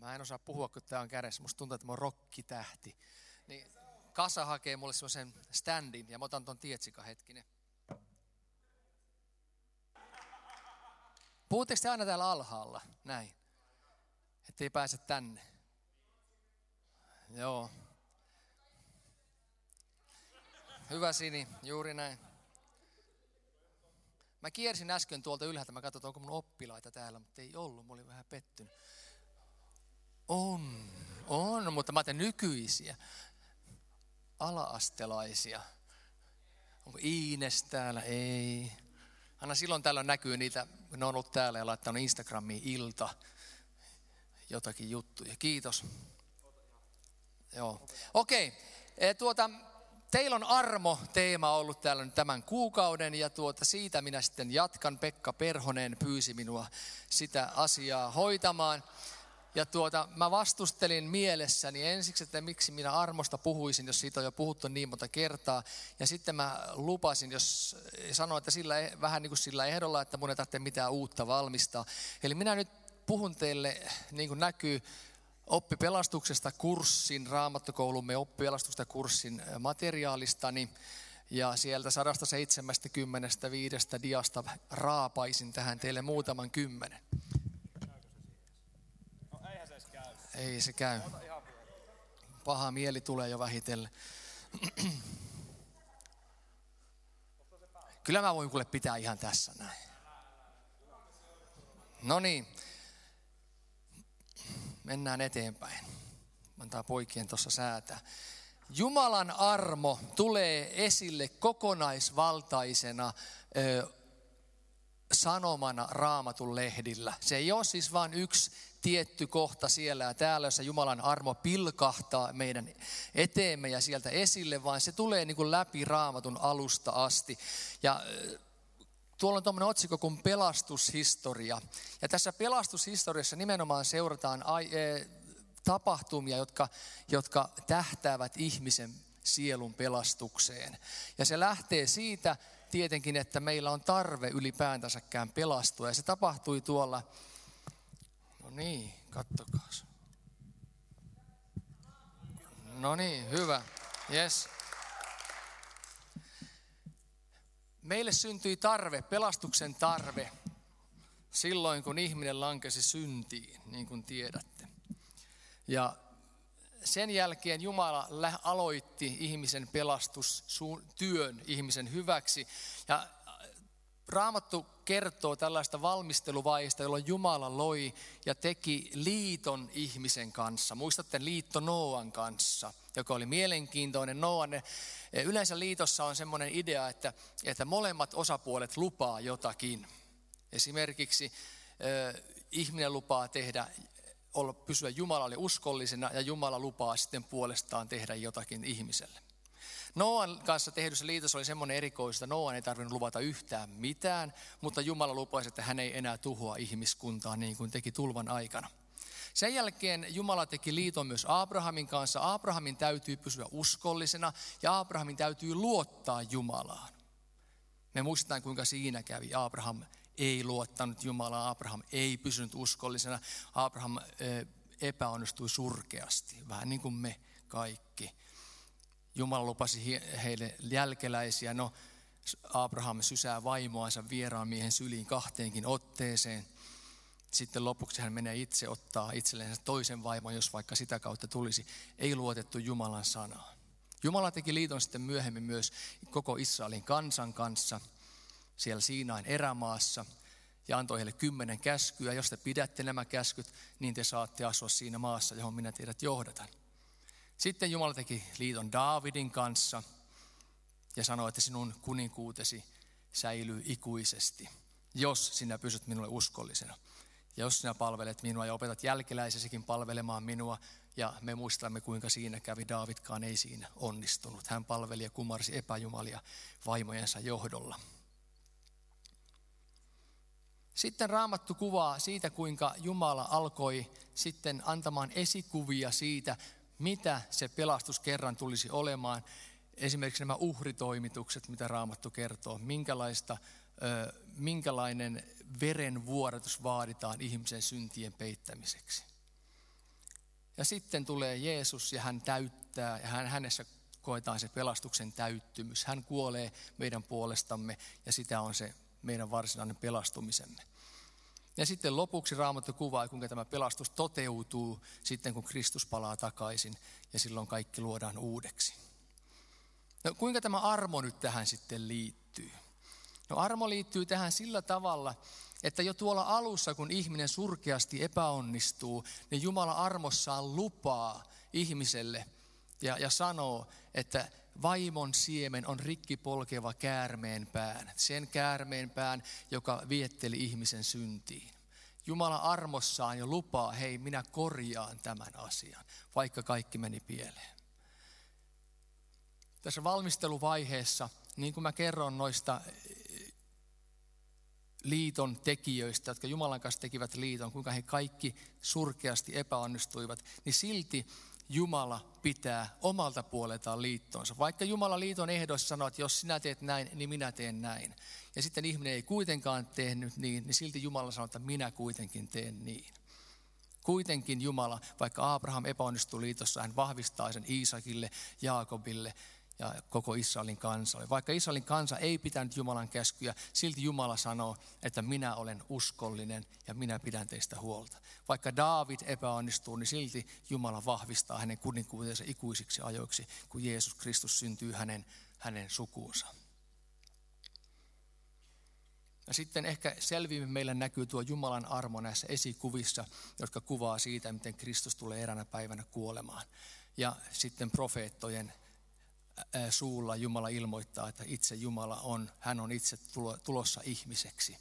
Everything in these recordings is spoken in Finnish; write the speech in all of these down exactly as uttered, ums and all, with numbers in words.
Mä en osaa puhua, kun tää on kädessä. Musta tuntuu, että mä oon rokkitähti. Niin Kasa hakee mulle semmoisen standin ja mä otan ton tietsika hetkinen. Puhutteko te aina täällä alhaalla? Näin. Ettei pääse tänne. Joo. Hyvä Sini, juuri näin. Mä kiersin äsken tuolta ylhäältä, mä katsoin, onko mun oppilaita täällä, mutta ei ollut, mä olin vähän pettynyt. On, on, mutta mä ajattelin nykyisiä, ala-astelaisia. Onko Iines täällä? Ei. Aina silloin tällöin näkyy niitä, ne on ollut täällä ja laittanut Instagramiin ilta jotakin juttuja. Kiitos. Joo. Okei, okay. tuota... Teillä on armo-teema ollut täällä nyt tämän kuukauden ja tuota siitä minä sitten jatkan. Pekka Perhonen pyysi minua sitä asiaa hoitamaan. Ja tuota, mä vastustelin mielessäni ensiksi, että miksi minä armosta puhuisin, jos siitä on jo puhuttu niin monta kertaa. Ja sitten mä lupasin, jos sanoin, että sillä, vähän niin kuin sillä ehdolla, että mun ei tarvitse mitään uutta valmistaa. Eli minä nyt puhun teille, niin kuin näkyy, oppipelastuksesta kurssin, Raamattokoulumme oppipelastuksesta kurssin materiaalistani. Ja sieltä sata seitsemänkymmentäviisi diasta raapaisin tähän teille muutaman kymmenen. No eihän se edes käy. Ei se käy. Paha mieli tulee jo vähitellen. Kyllä mä voin kuule pitää ihan tässä näin. No niin. Mennään eteenpäin. Antaa poikien tuossa säätää. Jumalan armo tulee esille kokonaisvaltaisena ö, sanomana Raamatun lehdillä. Se ei ole siis vain yksi tietty kohta siellä ja täällä, jossa Jumalan armo pilkahtaa meidän eteemme ja sieltä esille, vaan se tulee niin kuin läpi Raamatun alusta asti. Ja tuolla on tuommoinen otsikko kuin pelastushistoria. Ja tässä pelastushistoriassa nimenomaan seurataan tapahtumia, jotka, jotka tähtäävät ihmisen sielun pelastukseen. Ja se lähtee siitä tietenkin, että meillä on tarve ylipäätänsäkään pelastua. Ja se tapahtui tuolla, no niin, kattokaas. No niin, hyvä, yes. Meille syntyi tarve, pelastuksen tarve, silloin kun ihminen lankesi syntiin, niin kuin tiedätte. Ja sen jälkeen Jumala aloitti ihmisen pelastustyön ihmisen hyväksi. Ja Raamattu kertoo tällaista valmisteluvaiheesta, jolloin Jumala loi ja teki liiton ihmisen kanssa. Muistatte liitto Nooan kanssa, joka oli mielenkiintoinen. Nooan, yleensä liitossa on semmoinen idea, että, että molemmat osapuolet lupaa jotakin. Esimerkiksi äh, ihminen lupaa tehdä, olla, pysyä Jumalalle uskollisena ja Jumala lupaa sitten puolestaan tehdä jotakin ihmiselle. Nooan kanssa tehdyssä liitossa oli semmoinen erikoisuus, että Nooan ei tarvinnut luvata yhtään mitään, mutta Jumala lupasi, että hän ei enää tuhoa ihmiskuntaa niin kuin teki tulvan aikana. Sen jälkeen Jumala teki liiton myös Abrahamin kanssa. Abrahamin täytyy pysyä uskollisena ja Abrahamin täytyy luottaa Jumalaan. Me muistetaan, kuinka siinä kävi. Abraham ei luottanut Jumalaan, Abraham ei pysynyt uskollisena. Abraham epäonnistui surkeasti, vähän niin kuin me kaikki. Jumala lupasi heille jälkeläisiä. No, Abraham sysää vaimoansa vieraan miehen syliin kahteenkin otteeseen. Sitten lopuksi hän menee itse ottaa itselleen toisen vaimon, jos vaikka sitä kautta tulisi. Ei luotettu Jumalan sanaan. Jumala teki liiton sitten myöhemmin myös koko Israelin kansan kanssa siellä Siinain erämaassa ja antoi heille kymmenen käskyä. Jos te pidätte nämä käskyt, niin te saatte asua siinä maassa, johon minä teidät johdatan. Sitten Jumala teki liiton Daavidin kanssa ja sanoi, että sinun kuninkuutesi säilyy ikuisesti, jos sinä pysyt minulle uskollisena. Ja jos sinä palvelet minua ja opetat jälkeläisesikin palvelemaan minua, ja me muistamme kuinka siinä kävi, Daavidkaan ei siinä onnistunut. Hän palveli ja kumarsi epäjumalia vaimojensa johdolla. Sitten Raamattu kuvaa siitä, kuinka Jumala alkoi sitten antamaan esikuvia siitä, mitä se pelastus kerran tulisi olemaan. Esimerkiksi nämä uhritoimitukset, mitä Raamattu kertoo, minkälaista, minkälainen verenvuodatus vaaditaan ihmisen syntien peittämiseksi. Ja sitten tulee Jeesus ja hän täyttää ja hän, hänessä koetaan se pelastuksen täyttymys. Hän kuolee meidän puolestamme ja sitä on se meidän varsinainen pelastumisemme. Ja sitten lopuksi Raamattu kuvaa, kuinka tämä pelastus toteutuu sitten, kun Kristus palaa takaisin ja silloin kaikki luodaan uudeksi. No, kuinka tämä armo nyt tähän sitten liittyy? No, armo liittyy tähän sillä tavalla, että jo tuolla alussa, kun ihminen surkeasti epäonnistuu, niin Jumala armossaan lupaa ihmiselle ja, ja sanoo, että vaimon siemen on rikki polkeva käärmeenpään, sen käärmeenpään, joka vietteli ihmisen syntiin. Jumala armossaan jo lupaa, hei, minä korjaan tämän asian, vaikka kaikki meni pieleen. Tässä valmisteluvaiheessa, niin kuin mä kerron noista liiton tekijöistä, jotka Jumalan kanssa tekivät liiton, kuinka he kaikki surkeasti epäonnistuivat, niin silti Jumala pitää omalta puoleltaan liittonsa. Vaikka Jumala liiton ehdoissa sanoo, että jos sinä teet näin, niin minä teen näin. Ja sitten ihminen ei kuitenkaan tehnyt niin, niin silti Jumala sanoo, että minä kuitenkin teen niin. Kuitenkin Jumala, vaikka Abraham epäonnistui liitossa, hän vahvistaa sen Iisakille, Jaakobille ja koko Israelin kansalle. Vaikka Israelin kansa ei pitänyt Jumalan käskyjä, silti Jumala sanoo, että minä olen uskollinen ja minä pidän teistä huolta. Vaikka Daavid epäonnistuu, niin silti Jumala vahvistaa hänen kuninkuutensa ikuisiksi ajoiksi, kun Jeesus Kristus syntyy hänen, hänen sukuunsa. Ja sitten ehkä selvimmin meillä näkyy tuo Jumalan armo näissä esikuvissa, jotka kuvaa siitä, miten Kristus tulee eräänä päivänä kuolemaan. Ja sitten profeettojen suulla Jumala ilmoittaa, että itse Jumala on, hän on itse tulossa ihmiseksi.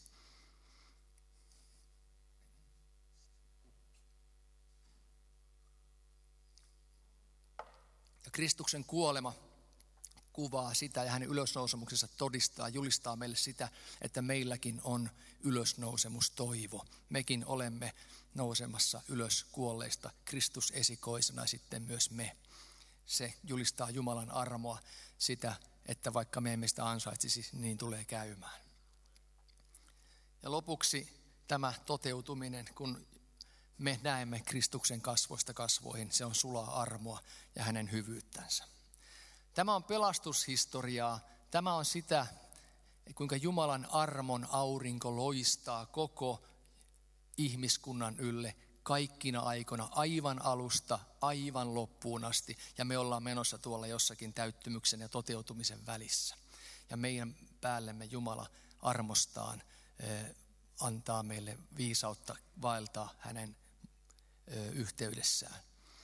Ja Kristuksen kuolema kuvaa sitä ja hänen ylösnousemuksensa todistaa, julistaa meille sitä, että meilläkin on ylösnousemustoivo. Mekin olemme nousemassa ylös kuolleista Kristus esikoisena sitten myös me. Se julistaa Jumalan armoa sitä, että vaikka me emme sitä ansaitsisi, niin tulee käymään. Ja lopuksi tämä toteutuminen, kun me näemme Kristuksen kasvoista kasvoihin, se on sulaa armoa ja hänen hyvyyttänsä. Tämä on pelastushistoriaa. Tämä on sitä, kuinka Jumalan armon aurinko loistaa koko ihmiskunnan ylle kaikkina aikoina, aivan alusta, aivan loppuun asti. Ja me ollaan menossa tuolla jossakin täyttymyksen ja toteutumisen välissä. Ja meidän päällemme Jumala armostaan eh, antaa meille viisautta vaeltaa hänen eh, yhteydessään.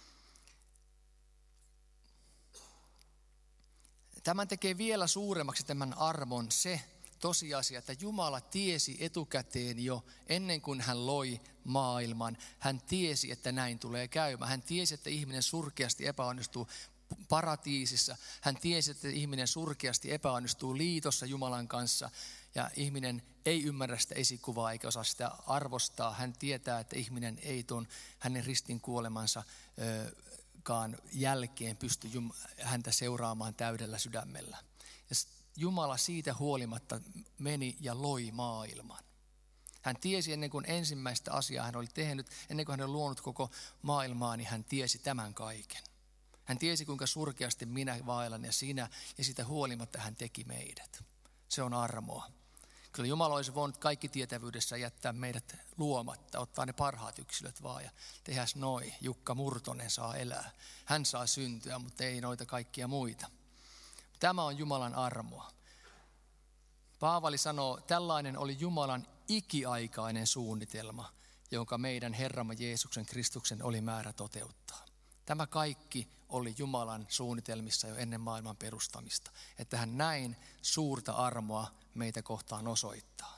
Tämän tekee vielä suuremmaksi tämän armon se tosiasia, että Jumala tiesi etukäteen jo ennen kuin hän loi maailman. Hän tiesi, että näin tulee käymään. Hän tiesi, että ihminen surkeasti epäonnistuu paratiisissa. Hän tiesi, että ihminen surkeasti epäonnistuu liitossa Jumalan kanssa. Ja ihminen ei ymmärrä sitä esikuvaa eikä osaa sitä arvostaa. Hän tietää, että ihminen ei tuon hänen ristin kuolemansa jälkeen pysty häntä seuraamaan täydellä sydämellä. Ja Jumala siitä huolimatta meni ja loi maailman. Hän tiesi ennen kuin ensimmäistä asiaa hän oli tehnyt, ennen kuin hän oli luonut koko maailmaa, niin hän tiesi tämän kaiken. Hän tiesi kuinka surkeasti minä vaellan ja sinä, ja siitä huolimatta hän teki meidät. Se on armoa. Kyllä Jumala olisi voinut kaikki tietävyydessä jättää meidät luomatta, ottaa ne parhaat yksilöt vaan ja tehäs noi. Jukka Murtonen saa elää. Hän saa syntyä, mutta ei noita kaikkia muita. Tämä on Jumalan armoa. Paavali sanoo, tällainen oli Jumalan ikiaikainen suunnitelma, jonka meidän Herramme Jeesuksen Kristuksen oli määrä toteuttaa. Tämä kaikki oli Jumalan suunnitelmissa jo ennen maailman perustamista, että hän näin suurta armoa meitä kohtaan osoittaa.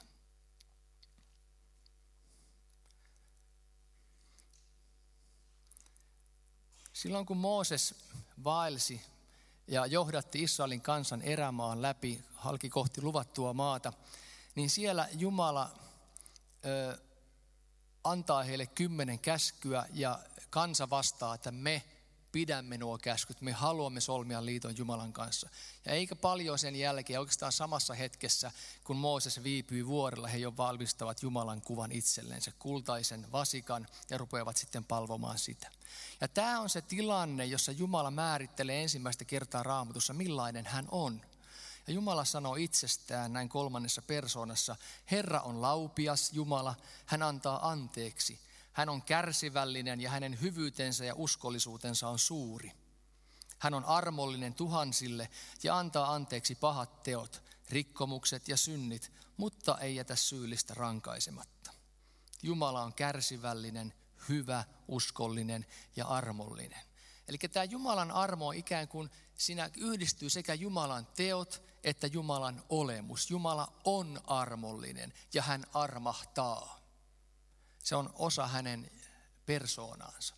Silloin kun Mooses vaelsi ja johdatti Israelin kansan erämaan läpi, halki kohti luvattua maata, niin siellä Jumala ö, antaa heille kymmenen käskyä ja kansa vastaa, että me pidämme nuo käskyt, me haluamme solmia liiton Jumalan kanssa. Ja eikä paljon sen jälkeen, oikeastaan samassa hetkessä, kun Mooses viipyi vuorella, he jo valmistavat Jumalan kuvan itsellensä, kultaisen vasikan, ja rupeavat sitten palvomaan sitä. Ja tämä on se tilanne, jossa Jumala määrittelee ensimmäistä kertaa Raamatussa, millainen hän on. Ja Jumala sanoo itsestään näin kolmannessa persoonassa, Herra on laupias Jumala, hän antaa anteeksi. Hän on kärsivällinen ja hänen hyvyytensä ja uskollisuutensa on suuri. Hän on armollinen tuhansille ja antaa anteeksi pahat teot, rikkomukset ja synnit, mutta ei jätä syyllistä rankaisematta. Jumala on kärsivällinen, hyvä, uskollinen ja armollinen. Eli tämä Jumalan armo on ikään kuin siinä yhdistyy sekä Jumalan teot että Jumalan olemus. Jumala on armollinen ja hän armahtaa. Se on osa hänen persoonaansa.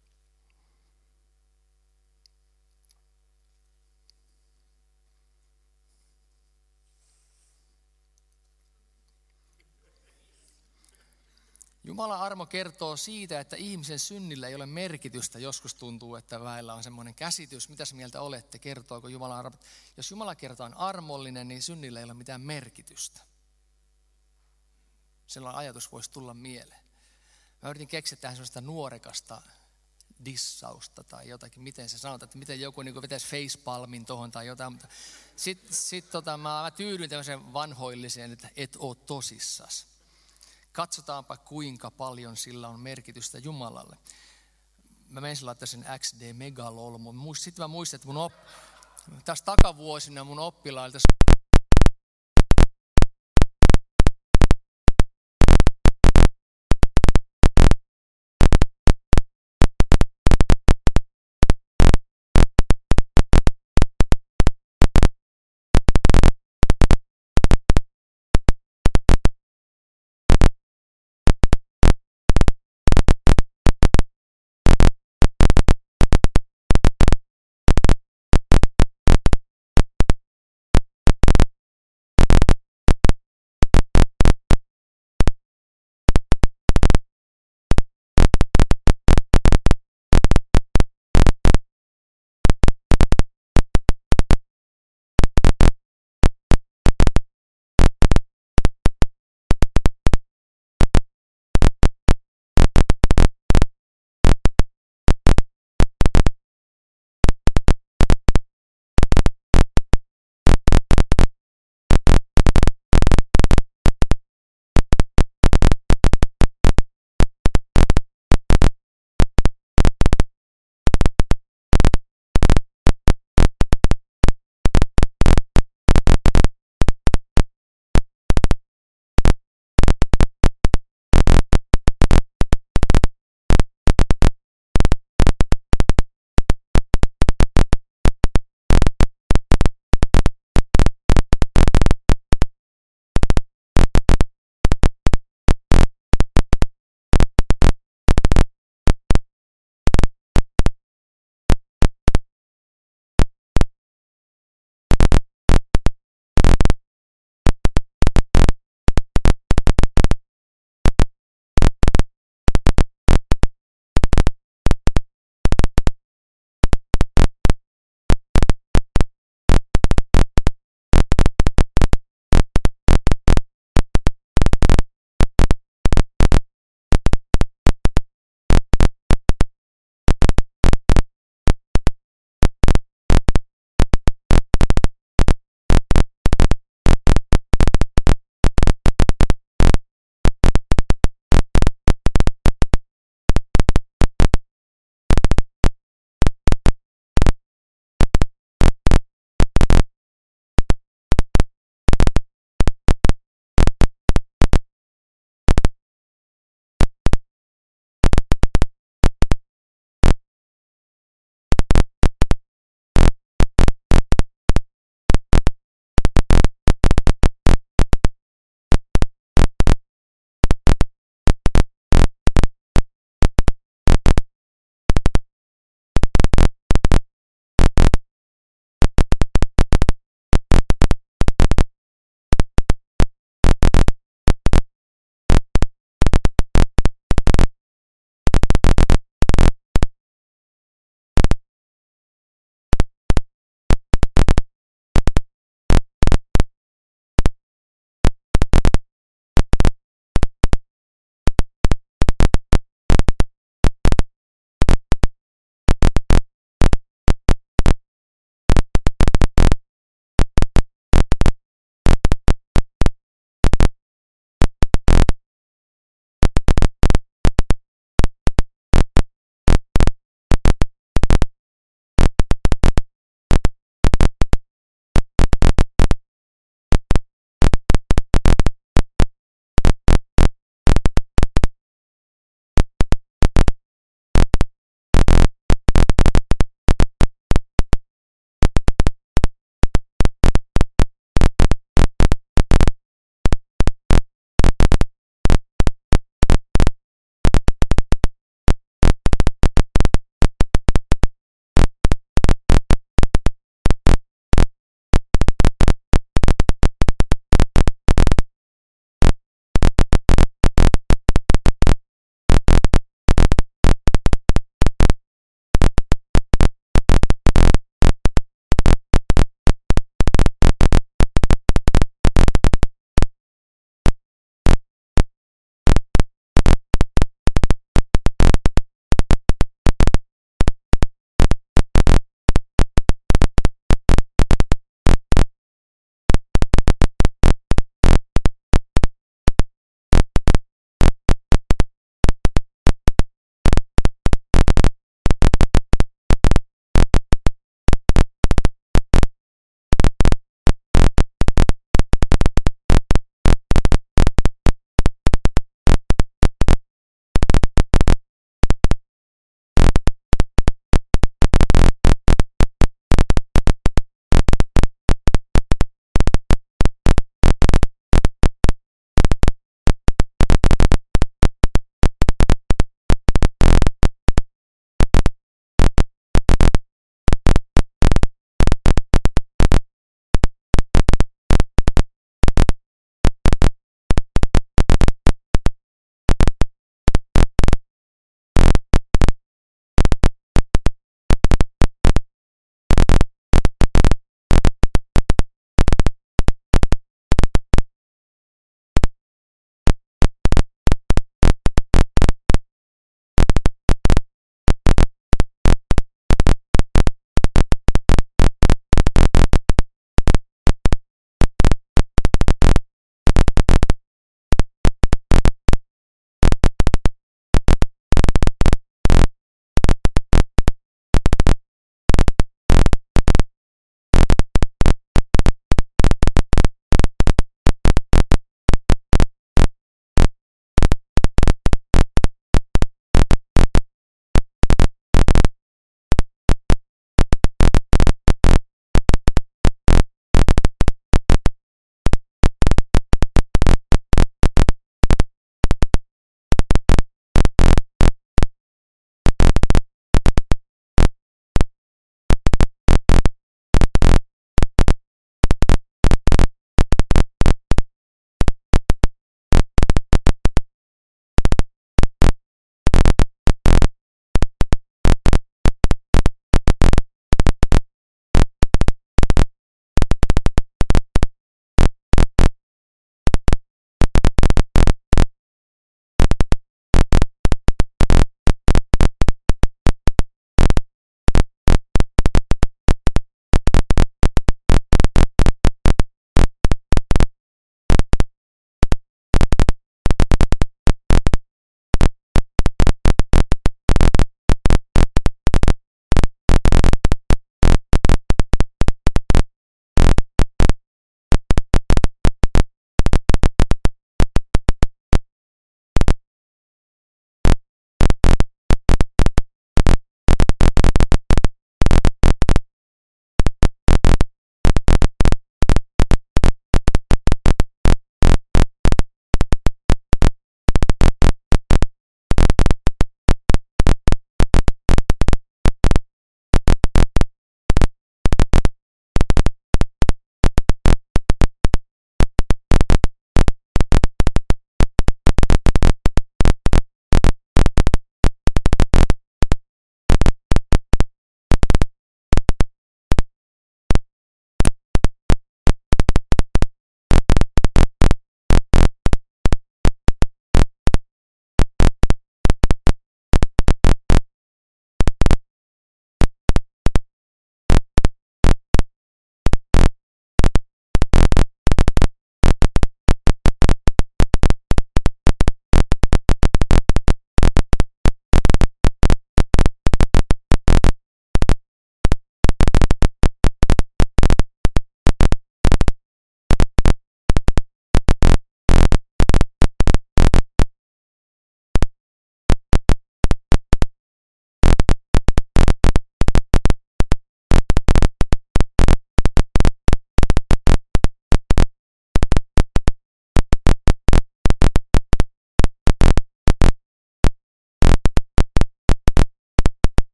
Jumalan armo kertoo siitä, että ihmisen synnillä ei ole merkitystä. Joskus tuntuu, että väillä on semmoinen käsitys. Mitäs mieltä olette? Kertooko Jumalan armo? Jos Jumala kertoo on armollinen, niin synnillä ei ole mitään merkitystä. Sellainen ajatus voisi tulla mieleen. Mä yritin keksiä tähän sellaista nuorekasta dissausta tai jotakin, miten se sanotaan, että miten joku niin vetäisi facepalmin tuohon tai jotain. Mutta sitten sit, tota, mä, mä tyydyin tämmöiseen vanhoilliseen, että et oo tosissas. Katsotaanpa kuinka paljon sillä on merkitystä Jumalalle. Mä menisin laittaa sen X D Megalol. Sitten mä muistin, että mun op... tässä takavuosina mun oppilailta